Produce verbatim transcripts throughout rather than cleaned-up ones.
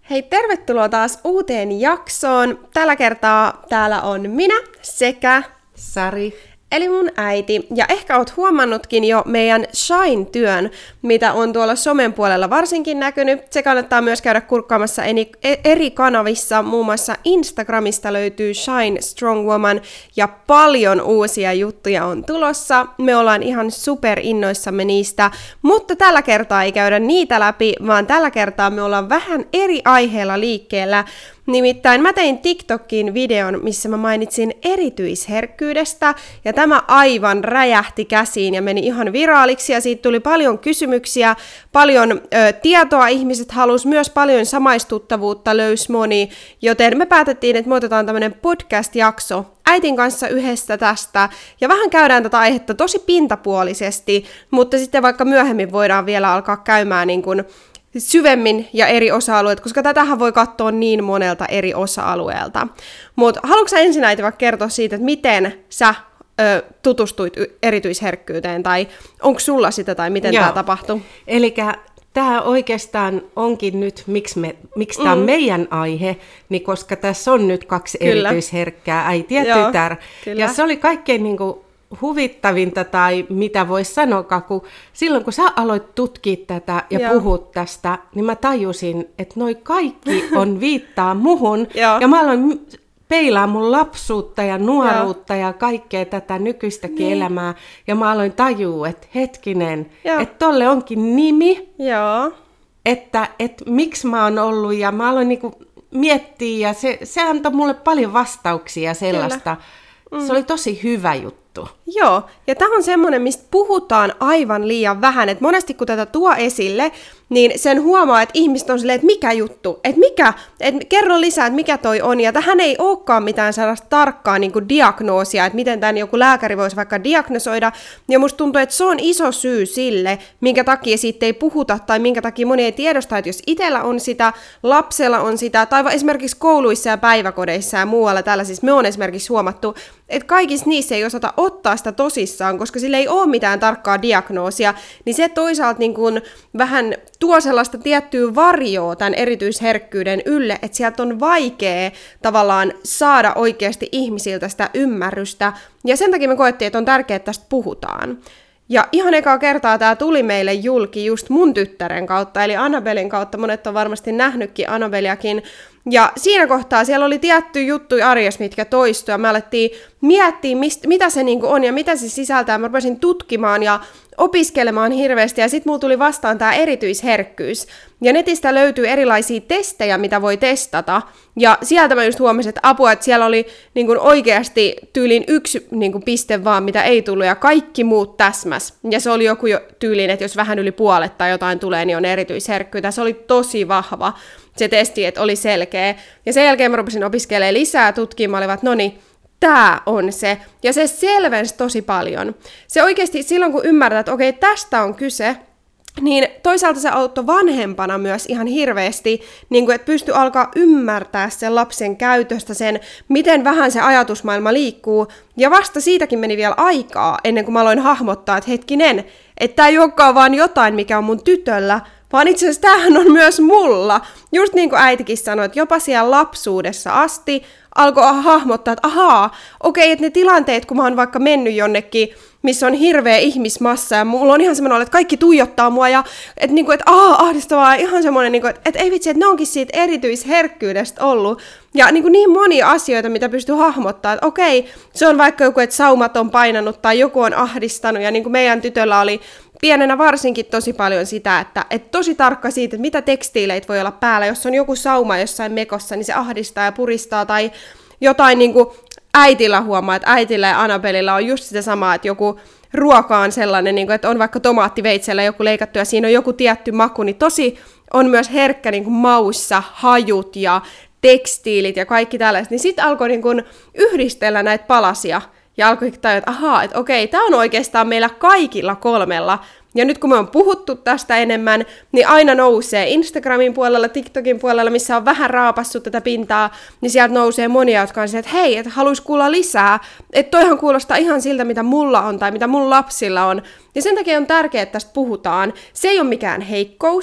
Hei, tervetuloa taas uuteen jaksoon. Tällä kertaa täällä on minä sekä Sari. Eli mun äiti. Ja ehkä oot huomannutkin jo meidän Shine-työn, mitä on tuolla somen puolella varsinkin näkynyt. Se kannattaa myös käydä kurkkaamassa eri kanavissa. Muun muassa Instagramista löytyy Shine Strong Woman ja paljon uusia juttuja on tulossa. Me ollaan ihan super innoissamme niistä, mutta tällä kertaa ei käydä niitä läpi, vaan tällä kertaa me ollaan vähän eri aiheella liikkeellä. Nimittäin mä tein TikTokin videon, missä mä mainitsin erityisherkkyydestä, ja tämä aivan räjähti käsiin ja meni ihan viraaliksi, ja siitä tuli paljon kysymyksiä, paljon ö, tietoa ihmiset halus, myös paljon samaistuttavuutta löysi moni, joten me päätettiin, että me otetaan tämmönen podcast-jakso äitin kanssa yhdessä tästä, ja vähän käydään tätä aihetta tosi pintapuolisesti, mutta sitten vaikka myöhemmin voidaan vielä alkaa käymään niin kuin syvemmin ja eri osa-alueet, koska tätähän voi katsoa niin monelta eri osa-alueelta. Mutta haluatko sä ensin äiti vaikka kertoa siitä, että miten sä ö, tutustuit erityisherkkyyteen, tai onko sulla sitä, tai miten tämä tapahtui? Elikkä tämä oikeastaan onkin nyt, miksi, me, miksi tämä on mm. meidän aihe, niin koska tässä on nyt kaksi Kyllä. erityisherkkää, äiti ja Joo, tytär. Kyllä. Ja se oli kaikkein niin kuin huvittavinta tai mitä voisi sanoa, kun silloin kun sä aloit tutkia tätä ja Joo. puhut tästä, niin mä tajusin, että noi kaikki on viittaa muhun. ja mä aloin peilaa mun lapsuutta ja nuoruutta Joo. ja kaikkea tätä nykyistäkin niin. elämää. Ja mä aloin tajua, että hetkinen, Joo. että tolle onkin nimi, Joo. että, että miksi mä oon ollut. Ja mä aloin niinku miettiä ja se, se antoi mulle paljon vastauksia sellaista. Mm. Se oli tosi hyvä juttu. Joo, ja tämä on semmoinen, mistä puhutaan aivan liian vähän, että monesti kun tätä tuo esille, niin sen huomaa, että ihmiset on silleen, että mikä juttu, että mikä, että kerro lisää, että mikä toi on, ja tähän ei olekaan mitään sellaista tarkkaa niin kuin diagnoosia, että miten tämän joku lääkäri voisi vaikka diagnosoida, ja musta tuntuu, että se on iso syy sille, minkä takia siitä ei puhuta, tai minkä takia moni ei tiedosta, että jos itsellä on sitä, lapsella on sitä, tai esimerkiksi kouluissa ja päiväkodeissa ja muualla tällaisissa, me on esimerkiksi huomattu, että kaikissa niissä ei osata ottaa sitä tosissaan, koska sillä ei ole mitään tarkkaa diagnoosia, niin se toisaalta niin kuin vähän tuo sellaista tiettyä varjoa tämän erityisherkkyyden ylle, että sieltä on vaikea tavallaan saada oikeasti ihmisiltä sitä ymmärrystä, ja sen takia me koettiin, että on tärkeää, että tästä puhutaan. Ja ihan ekaa kertaa tämä tuli meille julki just mun tyttären kautta, eli Annabelin kautta, monet on varmasti nähnytkin Annabeliakin, ja siinä kohtaa siellä oli tietty juttuja arjessa, mitkä toistui, ja me alettiin miettiä, mist, mitä se niinku on ja mitä se sisältää. Mä rupesin tutkimaan ja opiskelemaan hirveästi, ja sitten mulla tuli vastaan tämä erityisherkkyys. Ja netistä löytyy erilaisia testejä, mitä voi testata, ja sieltä mä just huomasin, että apua, että siellä oli niin kuin oikeasti tyylin yksi niin kuin piste vaan, mitä ei tullut, ja kaikki muut täsmäs. Ja se oli joku jo tyylin, että jos vähän yli puolet tai jotain tulee, niin on erityisherkkyyttä. Se oli tosi vahva se testi, että oli selkeä. Ja sen jälkeen mä rupesin opiskelemaan lisää, tutkimaan, olivat, no niin, tää on se. Ja se selvensi tosi paljon. Se oikeasti silloin, kun ymmärrät, että okei, tästä on kyse, niin toisaalta se auttoi vanhempana myös ihan hirveästi, niin kuin, että pystyi alkaa ymmärtää sen lapsen käytöstä, sen, miten vähän se ajatusmaailma liikkuu. Ja vasta siitäkin meni vielä aikaa, ennen kuin mä aloin hahmottaa, että hetkinen, että tää ei olekaan vaan jotain, mikä on mun tytöllä, vaan itse asiassa tämähän on myös mulla. Just niin kuin äitikin sanoi, että jopa siellä lapsuudessa asti alkoi hahmottaa, että ahaa, okei, että ne tilanteet, kun mä oon vaikka mennyt jonnekin, missä on hirveä ihmismassa, ja mulla on ihan semmoinen, että kaikki tuijottaa mua, ja että, niin kuin, että aah, ahdistavaa, ihan semmoinen, niin kuin, että, että ei vitsi, että ne onkin siitä erityisherkkyydestä ollut. Ja niin, kuin niin monia asioita, mitä pystyy hahmottaa, että okei, se on vaikka joku, että saumat on painanut, tai joku on ahdistanut, ja niin kuin meidän tytöllä oli pienenä varsinkin tosi paljon sitä, että, että tosi tarkka siitä, että mitä tekstiileitä voi olla päällä. Jos on joku sauma jossain mekossa, niin se ahdistaa ja puristaa, tai jotain niin kuin äitillä huomaa, että äitillä ja Annabelilla on just sitä samaa, että joku ruoka on sellainen, niin kuin, että on vaikka tomaattiveitsellä joku leikattu ja siinä on joku tietty maku, niin tosi on myös herkkä niin kuin maussa, hajut ja tekstiilit ja kaikki tällaiset. Niin sitten alkoi niin kuin yhdistellä näitä palasia ja alkoi tajua, että ahaa, että okei, tämä on oikeastaan meillä kaikilla kolmella. Ja nyt kun me on puhuttu tästä enemmän, niin aina nousee Instagramin puolella, TikTokin puolella, missä on vähän raapassut tätä pintaa, niin sieltä nousee monia, jotka on se, että hei, että haluais kuulla lisää, että toihan kuulostaa ihan siltä, mitä mulla on tai mitä mun lapsilla on. Ja sen takia on tärkeää, että tästä puhutaan. Se ei ole mikään heikkous,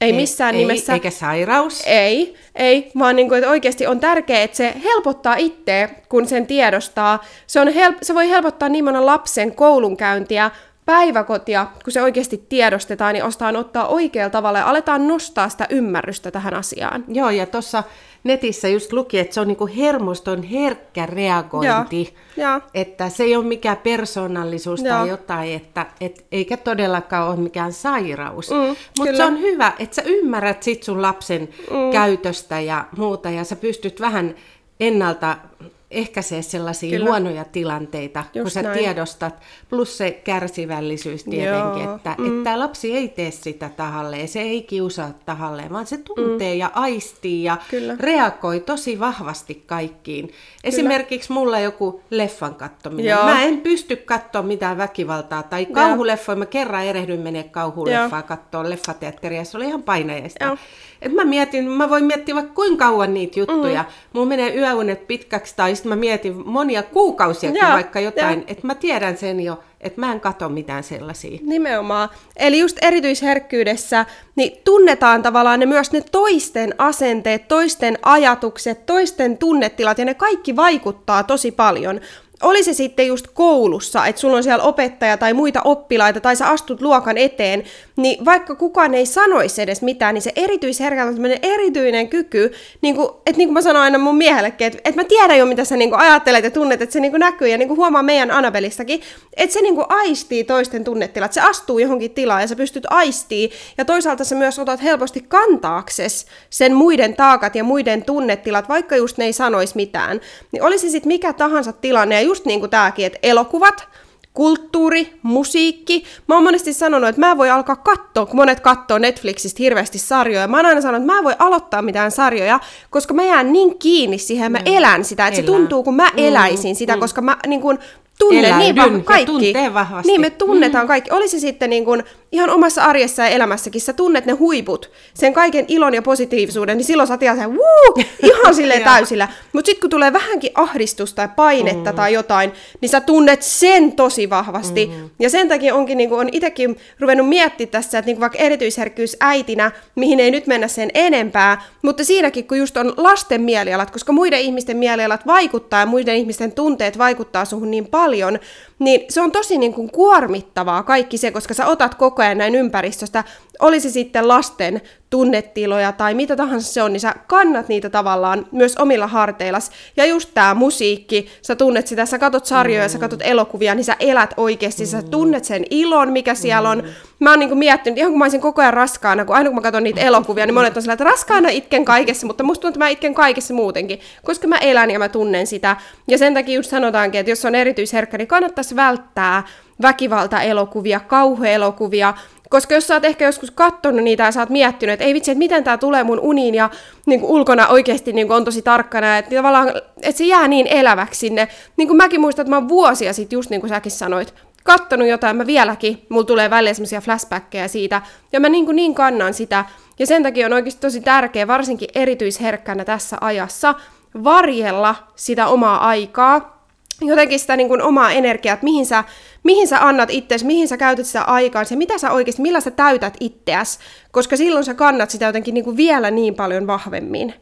Ei missään ei, nimessä. Eikä sairaus. Ei, ei, vaan niin kuin, että oikeasti on tärkeää, että se helpottaa itseä, kun sen tiedostaa. Se, on help- se voi helpottaa niin monen lapsen koulunkäyntiä, päiväkotia, kun se oikeasti tiedostetaan, niin ostaan ottaa oikealla tavalla ja aletaan nostaa sitä ymmärrystä tähän asiaan. Joo, ja tuossa netissä just luki, että se on niinku hermoston herkkä reagointi, ja, ja. että se ei ole mikään persoonallisuus ja. tai jotain, että et, eikä todellakaan ole mikään sairaus. Mm, mutta se on hyvä, että sä ymmärrät sit sun lapsen mm. käytöstä ja muuta, ja sä pystyt vähän ennalta ehkäisee sellaisia Kyllä. huonoja tilanteita, Just kun sä näin. tiedostat, plus se kärsivällisyys tietenkin, Joo. että mm. tämä lapsi ei tee sitä tahalleen, se ei kiusaa tahalleen, vaan se tuntee mm. ja aistii ja Kyllä. reagoi tosi vahvasti kaikkiin. Kyllä. Esimerkiksi mulla joku leffan kattominen. Joo. Mä en pysty katsoa mitään väkivaltaa tai kauhuleffoja. Mä kerran erehdyin menee kauhuleffaa katsoa leffateatteria, se oli ihan painajaista. Et mä mietin, mä voin miettiä vaikka kuinka kauan niitä juttuja. Mm. Mulla menee yöunet pitkäksi tai sitten mä mietin monia kuukausiakin ja, vaikka jotain, että mä tiedän sen jo, että mä en katso mitään sellaisia. Nimenomaan. Eli just erityisherkkyydessä niin tunnetaan tavallaan ne myös ne toisten asenteet, toisten ajatukset, toisten tunnetilat ja ne kaikki vaikuttaa tosi paljon. Oli se sitten just koulussa, että sulla on siellä opettaja tai muita oppilaita, tai sä astut luokan eteen, niin vaikka kukaan ei sanoisi edes mitään, niin se erityisherkällä on sellainen erityinen kyky, niin kuin, että niin kuin mä sanoin aina mun miehellekin, että, että mä tiedän jo, mitä sä niin kuin ajattelet ja tunnet, että se niin kuin näkyy, ja niin kuin huomaa meidän Annabelistakin, että se niin kuin aistii toisten tunnetilat, se astuu johonkin tilaan, ja sä pystyt aistii, ja toisaalta sä myös otat helposti kantaakses sen muiden taakat ja muiden tunnetilat, vaikka just ne ei sanoisi mitään, niin olisi sitten mikä tahansa tilanne, ja just niin kuin tämäkin, että elokuvat, kulttuuri, musiikki. Mä oon monesti sanonut, että mä en voi alkaa katsoa, kun monet katsoo Netflixistä hirveästi sarjoja. Mä oon aina sanonut, että mä en voi aloittaa mitään sarjoja, koska mä jään niin kiinni siihen, mä mm. elän sitä, että Elän. se tuntuu, kun mä eläisin sitä, mm. koska mä niin kuin tunnen niin vahvasti kaikki. Niin, me tunnetaan mm. kaikki. Oli se sitten niin kuin ihan omassa arjessa ja elämässäkin, sä tunnet ne huiput, sen kaiken ilon ja positiivisuuden, niin silloin sä tiedät sen, wuu, ihan silleen täysillä. Mutta sitten kun tulee vähänkin ahdistusta tai painetta mm. tai jotain, niin sä tunnet sen tosi vahvasti. Mm. Ja sen takia onkin, niin kuin on itsekin ruvennut miettimään tässä, että niin kuin vaikka erityisherkkyys äitinä, mihin ei nyt mennä sen enempää, mutta siinäkin, kun just on lasten mielialat, koska muiden ihmisten mielialat vaikuttaa ja muiden ihmisten tunteet vaikuttaa suhun niin paljon, niin se on tosi niin kuin kuormittavaa kaikki se, koska sä otat koko ajan näin ympäristöstä, olisi sitten lasten tunnetiloja tai mitä tahansa se on, niin sä kannat niitä tavallaan myös omilla harteillas. Ja just tää musiikki, sä tunnet sitä, sä katot sarjoja, mm. sä katot elokuvia, niin sä elät oikeasti, mm. sä tunnet sen ilon, mikä siellä on. Mä oon niinku miettinyt, ihan kun mä olisin koko ajan raskaana, kun aina kun mä katson niitä elokuvia, niin monet on sillä, että raskaana itken kaikessa, mutta musta tuntuu, että mä itken kaikessa muutenkin, koska mä elän ja mä tunnen sitä. Ja sen takia just sanotaankin, että jos on erityisherkkä, niin kannattaisi välttää väkivaltaelokuvia, kauhuelokuvia, koska jos sä oot ehkä joskus katsonut niitä ja sä oot miettinyt, että ei vitsi, että miten tää tulee mun uniin ja niin kuin ulkona oikeasti niin kuin on tosi tarkkana, että, tavallaan, että se jää niin eläväksi sinne. Niin kuin mäkin muistan, että mä oon vuosia sitten, just niin kuin säkin sanoit, kattonut jotain, mä vieläkin, mulla tulee välillä semmoisia flashbackkejä siitä, ja mä niin, kuin niin kannan sitä, ja sen takia on oikeasti tosi tärkeä, varsinkin erityisherkkänä tässä ajassa, varjella sitä omaa aikaa, jotenkin sitä niin kuin omaa energiaa, että mihin sä, mihin sä annat itseäsi, mihin sä käytät sitä aikaa, ja mitä sä oikeasti, millä sä täytät itseäsi, koska silloin sä kannat sitä jotenkin niin kuin vielä niin paljon vahvemmin.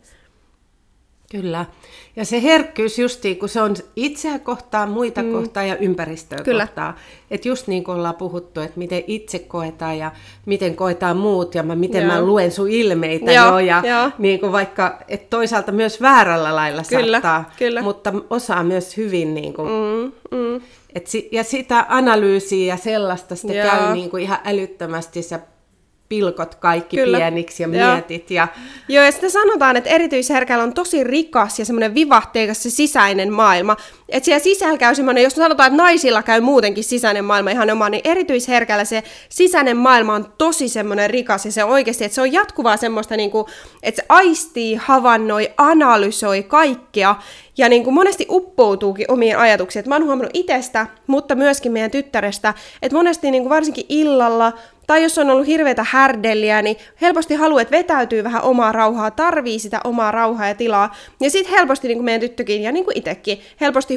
Kyllä. Ja se herkkyys justiin, kun se on itseä kohtaan, muita mm. kohtaan ja ympäristöä Kyllä. kohtaan. Että just niin kuin ollaan puhuttu, että miten itse koetaan ja miten koetaan muut ja mä, miten Joo. mä luen sun ilmeitä Joo, jo. Ja jo. Niin kuin vaikka, että toisaalta myös väärällä lailla Kyllä, saattaa, Kyllä. mutta osaa myös hyvin. Niin kuin, mm, mm. Et si- ja sitä analyysiä ja sellaista sitä Joo. käy niin kuin ihan älyttömästi sä pilkot kaikki Kyllä. pieniksi ja Joo. mietit. Ja... Joo, ja sitten sanotaan, että erityisherkällä on tosi rikas ja semmoinen vivahteikas se sisäinen maailma. Että siellä sisällä käy semmoinen, jos sanotaan, että naisilla käy muutenkin sisäinen maailma ihan oma, niin erityisherkällä se sisäinen maailma on tosi semmoinen rikas ja se on oikeasti, että se on jatkuvaa semmoista, niin kuin, että se aistii, havainnoi, analysoi kaikkea ja niin kuin monesti uppoutuukin omiin ajatuksiin. Että mä oon huomannut itsestä, mutta myöskin meidän tyttärestä, että monesti niin kuin varsinkin illalla tai jos on ollut hirveätä härdelliä, niin helposti haluaa, että vetäytyy vähän omaa rauhaa, tarvii sitä omaa rauhaa ja tilaa. Ja sitten helposti, niin kuin meidän tyttökin ja niin kuin itsekin, helposti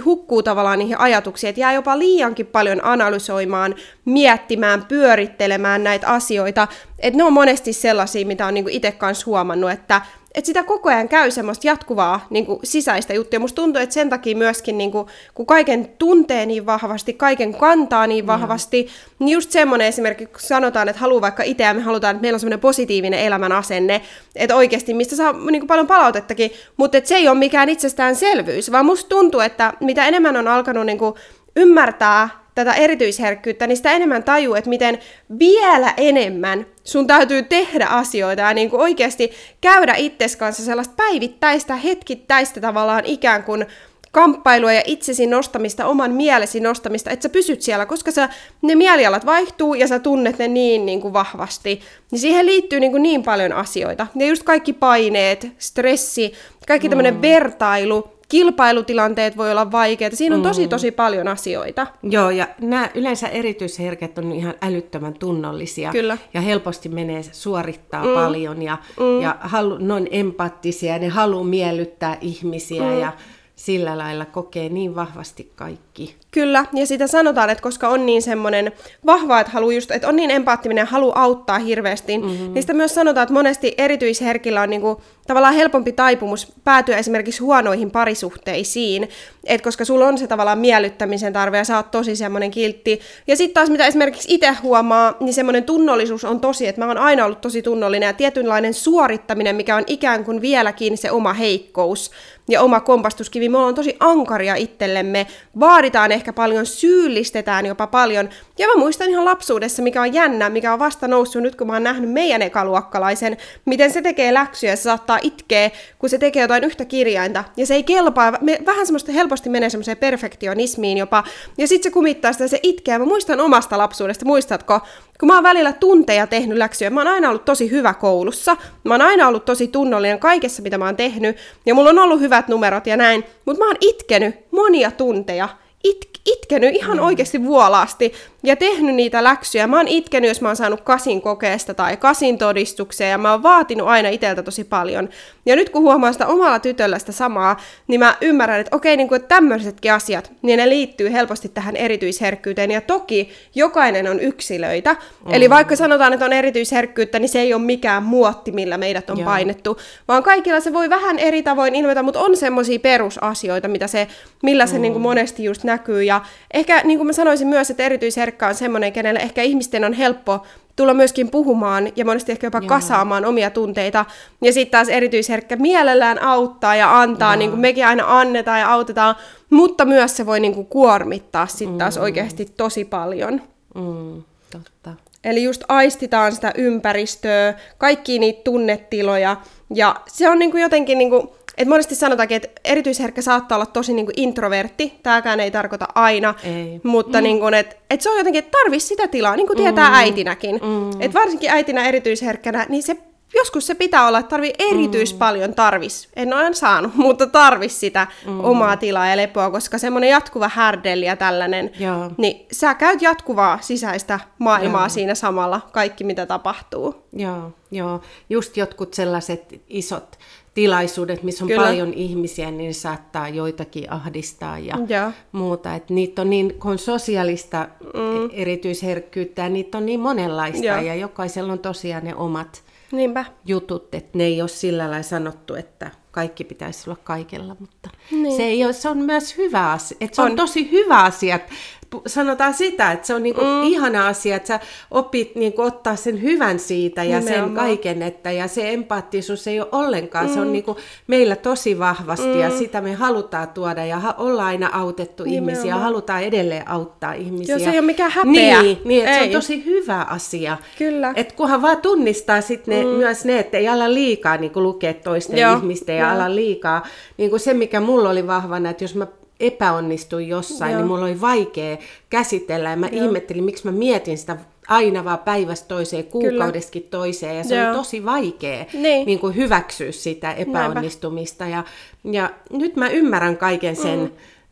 hukkuu tavallaan niihin ajatuksiin, että jää jopa liiankin paljon analysoimaan, miettimään, pyörittelemään näitä asioita. Että ne on monesti sellaisia, mitä on niinku itse kanssa huomannut, että että sitä koko ajan käy semmoista jatkuvaa niin kuin sisäistä juttua. Musta tuntuu, että sen takia myöskin, niin kuin, kun kaiken tuntee niin vahvasti, kaiken kantaa niin vahvasti, mm. niin just semmoinen esimerkiksi, kun sanotaan, että haluaa vaikka itse, ja me halutaan, että meillä on semmoinen positiivinen elämän asenne, että oikeasti, mistä saa niin kuin paljon palautettakin, mutta että se ei ole mikään itsestäänselvyys, vaan musta tuntuu, että mitä enemmän on alkanut niin kuin ymmärtää tätä erityisherkkyyttä, niin sitä enemmän tajuu, että miten vielä enemmän sun täytyy tehdä asioita ja niin kuin oikeasti käydä itses kanssa sellaista päivittäistä, hetkittäistä tavallaan ikään kuin kamppailua ja itsesi nostamista, oman mielesi nostamista, että sä pysyt siellä, koska sä, ne mielialat vaihtuu ja sä tunnet ne niin, niin kuin vahvasti, niin siihen liittyy niin, kuin niin paljon asioita. Ja just kaikki paineet, stressi, kaikki tämmöinen mm. vertailu, kilpailutilanteet voi olla vaikeita. Siinä on tosi, tosi paljon asioita. Joo, ja nämä yleensä erityisherkät on ihan älyttömän tunnollisia. Kyllä. Ja helposti menee suorittaa mm. paljon ja, mm. ja halu, ne on empaattisia ja ne haluaa miellyttää ihmisiä mm. ja sillä lailla kokee niin vahvasti kaikki. Kyllä, ja sitä sanotaan, että koska on niin semmoinen vahva, että, haluu just, että on niin empaattinen ja haluaa auttaa hirveästi, mm-hmm. niin sitä myös sanotaan, että monesti erityisherkillä on niinku, tavallaan helpompi taipumus päätyä esimerkiksi huonoihin parisuhteisiin, että koska sulla on se tavallaan miellyttämisen tarve ja sä oot tosi semmoinen kiltti. Ja sitten taas mitä esimerkiksi itse huomaa, niin semmoinen tunnollisuus on tosi, että mä oon aina ollut tosi tunnollinen ja tietynlainen suorittaminen, mikä on ikään kuin vieläkin se oma heikkous ja oma kompastuskivi. Me ollaan tosi ankaria itsellemme, vaaditaan ehkä paljon, syyllistetään jopa paljon. Ja mä muistan ihan lapsuudessa, mikä on jännä, mikä on vasta noussut nyt, kun mä oon nähnyt meidän ekaluokkalaisen, miten se tekee läksyjä ja se saattaa itkeä, kun se tekee jotain yhtä kirjainta. Ja se ei kelpaa, me, vähän semmoista helposti menee semmoiseen perfektionismiin jopa. Ja sit se kumittaa sitä, se itkee. Mä muistan omasta lapsuudesta, muistatko? Kun mä oon välillä tunteja tehnyt läksyjä, mä oon aina ollut tosi hyvä koulussa, mä oon aina ollut tosi tunnollinen kaikessa, mitä mä oon tehnyt, ja mulla on ollut hyvät numerot ja näin, mutta mä oon itkenyt monia tunteja, it, itkenyt ihan mm. oikeasti vuolaasti, ja tehnyt niitä läksyjä. Mä oon itkenyt, jos mä oon saanut kasin kokeesta tai kasin todistuksia, ja mä oon vaatinut aina iteltä tosi paljon. Ja nyt kun huomaan sitä omalla tytöllä sitä samaa, niin mä ymmärrän, että okei, niin kuin, että tämmöisetkin asiat, niin ne liittyy helposti tähän erityisherkkyyteen. Ja toki jokainen on yksilöitä. Mm. Eli vaikka sanotaan, että on erityisherkkyyttä, niin se ei ole mikään muotti, millä meidät on Joo. painettu. Vaan kaikilla se voi vähän eri tavoin ilmetä, mutta on semmoisia perusasioita, mitä se, millä se mm. niin kuin monesti just näkyy. Ja ehkä niin kuin mä sanoisin myös, että erityisherkkä on semmoinen, kenelle ehkä ihmisten on helppo tulla myöskin puhumaan ja monesti ehkä jopa Joo. kasaamaan omia tunteita. Ja sitten taas erityisherkkä mielellään auttaa ja antaa, niin kuin mekin aina annetaan ja autetaan, mutta myös se voi niin kuin kuormittaa sitten taas mm. oikeasti tosi paljon. Mm, totta. Eli just aistitaan sitä ympäristöä, kaikkia niitä tunnetiloja, ja se on niin kuin jotenkin niin kuin, että monesti sanotaankin, että erityisherkkä saattaa olla tosi niin kuin introvertti, tämäkään ei tarkoita aina, ei. mutta mm. niin kuin, että, että se on jotenkin, että tarvitsisi sitä tilaa, niin kuin tietää mm. äitinäkin. Mm. Että varsinkin äitinä erityisherkkänä, niin se, joskus se pitää olla, että tarvii erityis mm. paljon tarvis. En ole aina saanut, mutta tarvis sitä mm. omaa tilaa ja lepoa, koska semmoinen jatkuva härdelli ja tällainen, Joo. niin sä käyt jatkuvaa sisäistä maailmaa Joo. siinä samalla, kaikki mitä tapahtuu. Joo, Joo. Just jotkut sellaiset isot tilaisuudet, missä on Kyllä. paljon ihmisiä, niin saattaa joitakin ahdistaa ja, ja. muuta. Et niitä on niin, kun on sosiaalista mm. erityisherkkyyttä, ja niitä on niin monenlaista, ja, ja jokaisella on tosiaan ne omat Niinpä. jutut, että ne ei ole sillä lailla sanottu, että kaikki pitäisi olla kaikella, mutta niin. se, ei ole, se on myös hyvä asia, että se on, on tosi hyvä asia, sanotaan sitä, että se on niinku mm. ihana asia, että sä opit niinku ottaa sen hyvän siitä ja Nimenomaan. sen kaiken, että ja se empaattisuus ei ole ollenkaan, mm. se on niinku meillä tosi vahvasti mm. ja sitä me halutaan tuoda ja ha- ollaan aina autettu Nimenomaan. ihmisiä ja halutaan edelleen auttaa ihmisiä. Joo, se ei ole mikään häpeä. Niin, niin että se on tosi hyvä asia. Kyllä. Että kunhan vaan tunnistaa sit ne, mm. myös ne, että ei ala liikaa niinku lukea toisten Joo. ihmisten ja Joo. ala liikaa. Niinku se, mikä mulla oli vahvana, että jos mä epäonnistuin jossain, Joo. niin mulla oli vaikea käsitellä ja mä Joo. ihmettelin, miksi mä mietin sitä aina vaan päivästä toiseen, kuukaudestakin toiseen ja se Joo. oli tosi vaikea niin. Niin kuin hyväksyä sitä epäonnistumista ja, ja nyt mä ymmärrän kaiken sen, mm.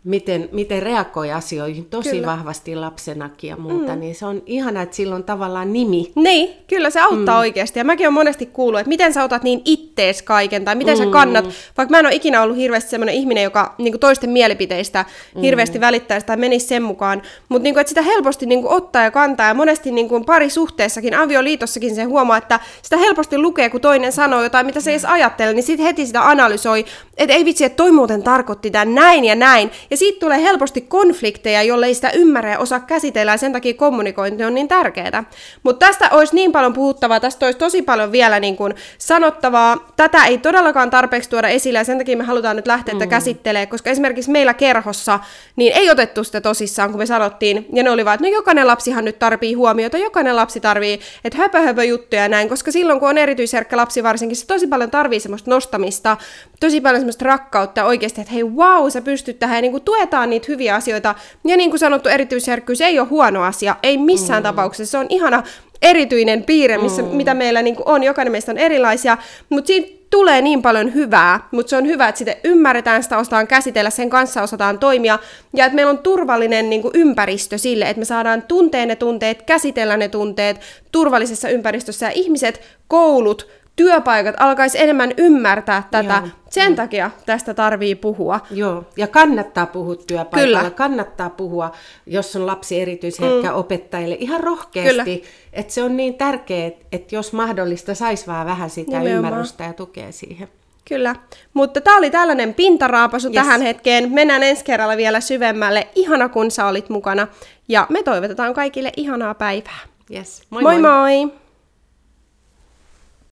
miten, miten reagoi asioihin tosi kyllä. vahvasti lapsenakin ja muuta, mm. niin se on ihana, että sillä on tavallaan nimi. Niin, kyllä se auttaa mm. oikeasti. Ja mäkin olen monesti kuullut, että miten sä otat niin ittees kaiken, tai miten mm. sä kannat, vaikka mä en ole ikinä ollut hirveästi semmoinen ihminen, joka niin kuin toisten mielipiteistä hirveästi mm. välittäisi tai menisi sen mukaan, mutta niin kuin, että sitä helposti niin kuin ottaa ja kantaa, ja monesti niin kuin parisuhteessakin, avioliitossakin se huomaa, että sitä helposti lukee, kun toinen sanoo jotain, mitä se ei edes ajattele, niin sitten heti sitä analysoi, että ei vitsi, että toi muuten tarkoitti tämän näin ja näin. Ja siitä tulee helposti konflikteja, jolle ei sitä ymmärrä ja osaa käsitellä, ja sen takia kommunikointi on niin tärkeää. Mutta tästä olisi niin paljon puhuttavaa, tästä olisi tosi paljon vielä niin kuin sanottavaa. Tätä ei todellakaan tarpeeksi tuoda esille, ja sen takia me halutaan nyt lähteä tätä mm. käsittelemään, koska esimerkiksi meillä kerhossa niin ei otettu sitä tosissaan, kun me sanottiin, ja ne oli vaan, että no jokainen lapsihan nyt tarvii huomiota, jokainen lapsi tarvii, että höpö höpö juttuja ja näin, koska silloin kun on erityisherkkä lapsi varsinkin, se tosi paljon tarvii semmoista nostamista, tosi paljon semmoista rakkautta ja oikeasti, että hei wow, sä pystyt tähän, ja niin kuin tuetaan niitä hyviä asioita, ja niin kuin sanottu, erityisherkkyys ei ole huono asia, ei missään mm. tapauksessa, se on ihana erityinen piirre, missä, mm. mitä meillä niin kuin on, jokainen meistä on erilaisia, mutta siitä tulee niin paljon hyvää, mutta se on hyvä, että sitä ymmärretään, sitä osataan käsitellä, sen kanssa osataan toimia, ja että meillä on turvallinen niin kuin ympäristö sille, että me saadaan tuntea ne tunteet, käsitellä ne tunteet turvallisessa ympäristössä, ja ihmiset, koulut, työpaikat alkaisi enemmän ymmärtää tätä. Joo. Sen takia tästä tarvii puhua. Joo, ja kannattaa puhua työpaikalla. Kyllä. Kannattaa puhua, jos on lapsi erityisherkkä mm. opettajille ihan rohkeasti. Että se on niin tärkeää, että jos mahdollista, saisi vaan vähän sitä nimenomaan ymmärrystä ja tukea siihen. Kyllä, mutta tämä oli tällainen pintaraapasu yes. tähän hetkeen. Mennään ensi kerralla vielä syvemmälle. Ihana, kun sä olit mukana. Ja me toivotetaan kaikille ihanaa päivää. Yes. Moi moi! moi. moi.